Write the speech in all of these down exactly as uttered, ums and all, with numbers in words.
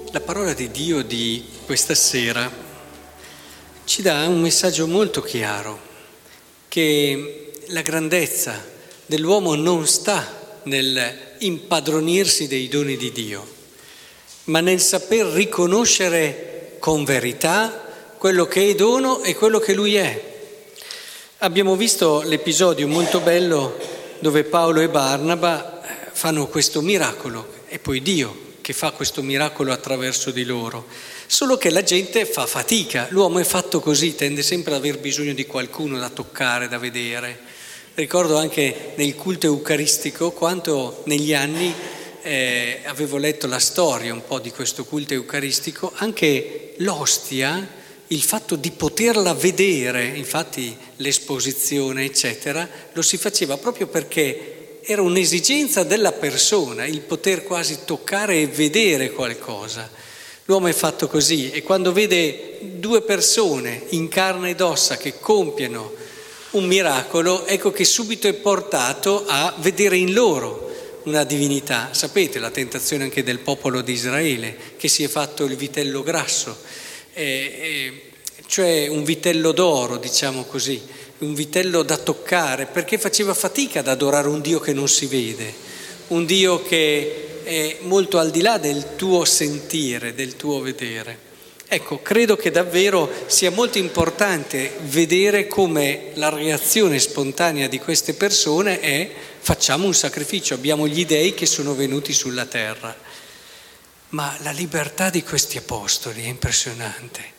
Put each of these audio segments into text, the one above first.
La parola di Dio di questa sera ci dà un messaggio molto chiaro, che la grandezza dell'uomo non sta nel impadronirsi dei doni di Dio, ma nel saper riconoscere con verità quello che è dono e quello che Lui è. Abbiamo visto l'episodio molto bello dove Paolo e Barnaba fanno questo miracolo, e poi Dio che fa questo miracolo attraverso di loro, solo che la gente fa fatica, l'uomo è fatto così, tende sempre ad aver bisogno di qualcuno da toccare, da vedere. Ricordo anche nel culto eucaristico quanto negli anni eh, avevo letto la storia un po' di questo culto eucaristico, anche l'ostia, il fatto di poterla vedere, infatti l'esposizione eccetera, lo si faceva proprio perché era un'esigenza della persona, il poter quasi toccare e vedere qualcosa. L'uomo è fatto così, e quando vede due persone in carne ed ossa che compiono un miracolo, ecco che subito è portato a vedere in loro una divinità. Sapete la tentazione anche del popolo di Israele, che si è fatto il vitello grasso, eh, eh, cioè un vitello d'oro, diciamo così, un vitello da toccare, perché faceva fatica ad adorare un Dio che non si vede, un Dio che è molto al di là del tuo sentire, del tuo vedere. Ecco, credo che davvero sia molto importante vedere come la reazione spontanea di queste persone è: facciamo un sacrificio, abbiamo gli dei che sono venuti sulla terra. Ma la libertà di questi apostoli è impressionante.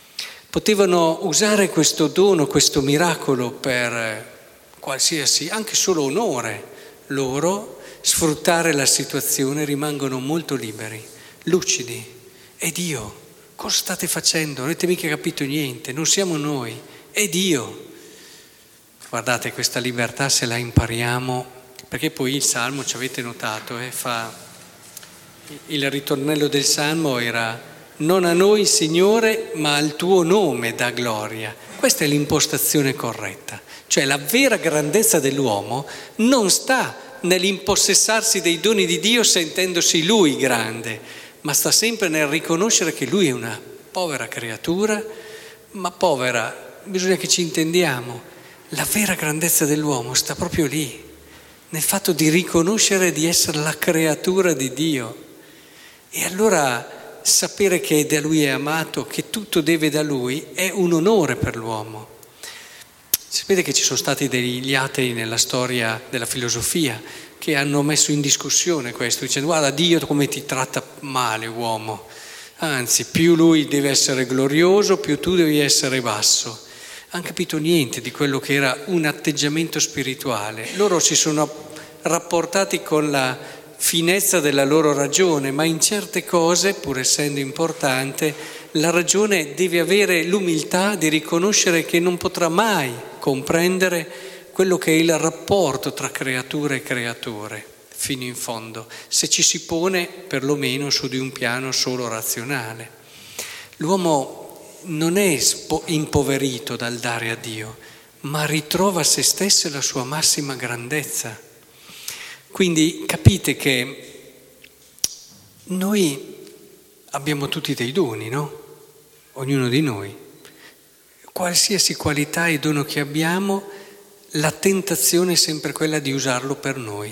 Potevano usare questo dono, questo miracolo per qualsiasi, anche solo onore loro, sfruttare la situazione, rimangono molto liberi, lucidi. È Dio, cosa state facendo? Non avete mica capito niente, non siamo noi, è Dio. Guardate, questa libertà se la impariamo, perché poi il Salmo, ci avete notato, eh, fa il ritornello del Salmo era: non a noi, Signore, ma al tuo nome dà gloria. Questa è l'impostazione corretta. Cioè la vera grandezza dell'uomo non sta nell'impossessarsi dei doni di Dio sentendosi Lui grande, ma sta sempre nel riconoscere che Lui è una povera creatura, ma povera, bisogna che ci intendiamo. La vera grandezza dell'uomo sta proprio lì, nel fatto di riconoscere di essere la creatura di Dio. E allora sapere che da Lui è amato, che tutto deve da Lui, è un onore per l'uomo. Sapete che ci sono stati degli atei nella storia della filosofia che hanno messo in discussione questo, dicendo: guarda, Dio come ti tratta male, uomo, anzi più Lui deve essere glorioso, più tu devi essere basso. Non hanno capito niente di quello che era un atteggiamento spirituale. Loro si sono rapportati con la finezza della loro ragione, ma in certe cose, pur essendo importante, la ragione deve avere l'umiltà di riconoscere che non potrà mai comprendere quello che è il rapporto tra creatura e creatore fino in fondo, se ci si pone perlomeno su di un piano solo razionale. L'uomo non è impoverito dal dare a Dio, ma ritrova se stesso e la sua massima grandezza. Quindi capite che noi abbiamo tutti dei doni, no? Ognuno di noi. Qualsiasi qualità e dono che abbiamo, la tentazione è sempre quella di usarlo per noi.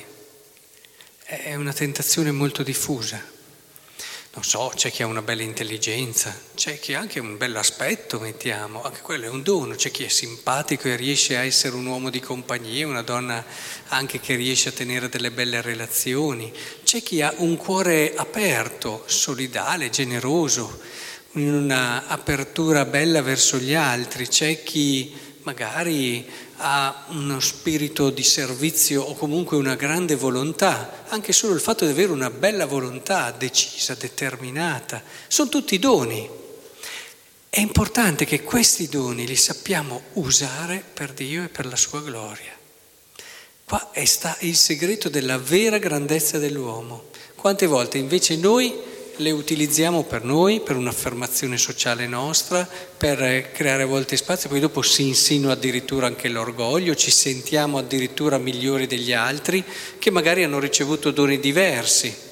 È una tentazione molto diffusa. Non so, c'è chi ha una bella intelligenza, c'è chi ha anche un bell'aspetto, mettiamo, anche quello è un dono, c'è chi è simpatico e riesce a essere un uomo di compagnia, una donna anche che riesce a tenere delle belle relazioni, c'è chi ha un cuore aperto, solidale, generoso, una apertura bella verso gli altri, c'è chi magari ha uno spirito di servizio o comunque una grande volontà, anche solo il fatto di avere una bella volontà decisa, determinata, sono tutti doni. È importante che questi doni li sappiamo usare per Dio e per la sua gloria. Qua sta il segreto della vera grandezza dell'uomo. Quante volte invece noi le utilizziamo per noi, per un'affermazione sociale nostra, per creare a volte spazio, poi dopo si insinua addirittura anche l'orgoglio, ci sentiamo addirittura migliori degli altri che magari hanno ricevuto doni diversi.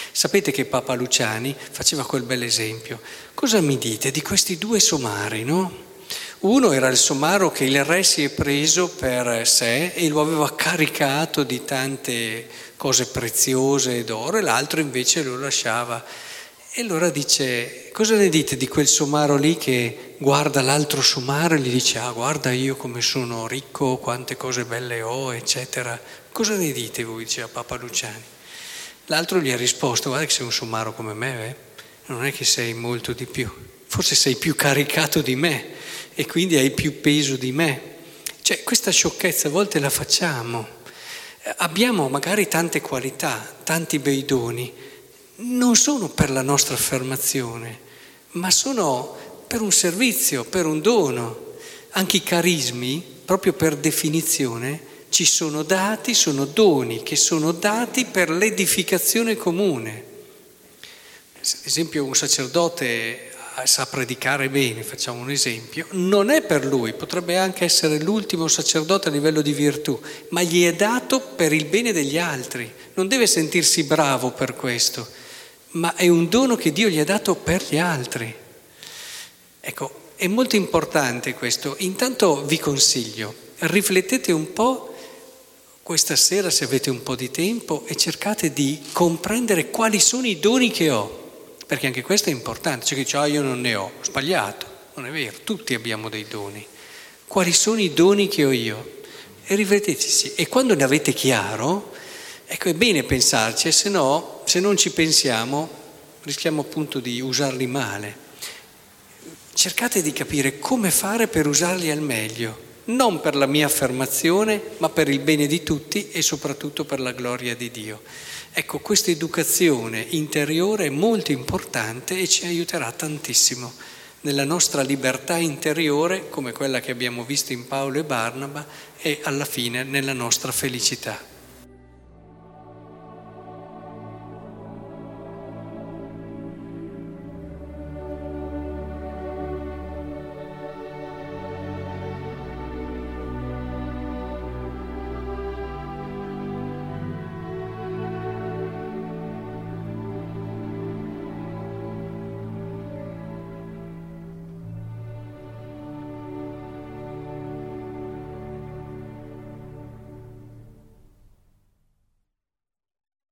Sapete che Papa Luciani faceva quel bel esempio. Cosa mi dite di questi due somari, no? Uno era il somaro che il re si è preso per sé e lo aveva caricato di tante cose preziose d'oro, e l'altro invece lo lasciava. E allora dice, cosa ne dite di quel somaro lì che guarda l'altro somaro e gli dice, ah guarda io come sono ricco, quante cose belle ho, eccetera. Cosa ne dite voi, diceva Papa Luciani. L'altro gli ha risposto, guarda che sei un somaro come me, eh? Non è che sei molto di più, forse sei più caricato di me e quindi hai più peso di me. Cioè questa sciocchezza a volte la facciamo. Abbiamo magari tante qualità, tanti bei doni, non sono per la nostra affermazione, ma sono per un servizio, per un dono. Anche i carismi, proprio per definizione, ci sono dati, sono doni che sono dati per l'edificazione comune. Ad esempio un sacerdote sa predicare bene, facciamo un esempio, non è per lui, potrebbe anche essere l'ultimo sacerdote a livello di virtù, ma gli è dato per il bene degli altri, non deve sentirsi bravo per questo, ma è un dono che Dio gli ha dato per gli altri. Ecco, è molto importante questo. Intanto vi consiglio, riflettete un po' questa sera se avete un po' di tempo e cercate di comprendere quali sono i doni che ho. Perché anche questo è importante, c'è chi dice, ah io non ne ho, sbagliato, non è vero, tutti abbiamo dei doni. Quali sono i doni che ho io? E rifletteteci, e quando ne avete chiaro, ecco è bene pensarci, se no, se non ci pensiamo, rischiamo appunto di usarli male. Cercate di capire come fare per usarli al meglio, non per la mia affermazione, ma per il bene di tutti e soprattutto per la gloria di Dio. Ecco, questa educazione interiore è molto importante e ci aiuterà tantissimo nella nostra libertà interiore, come quella che abbiamo visto in Paolo e Barnaba, e alla fine nella nostra felicità.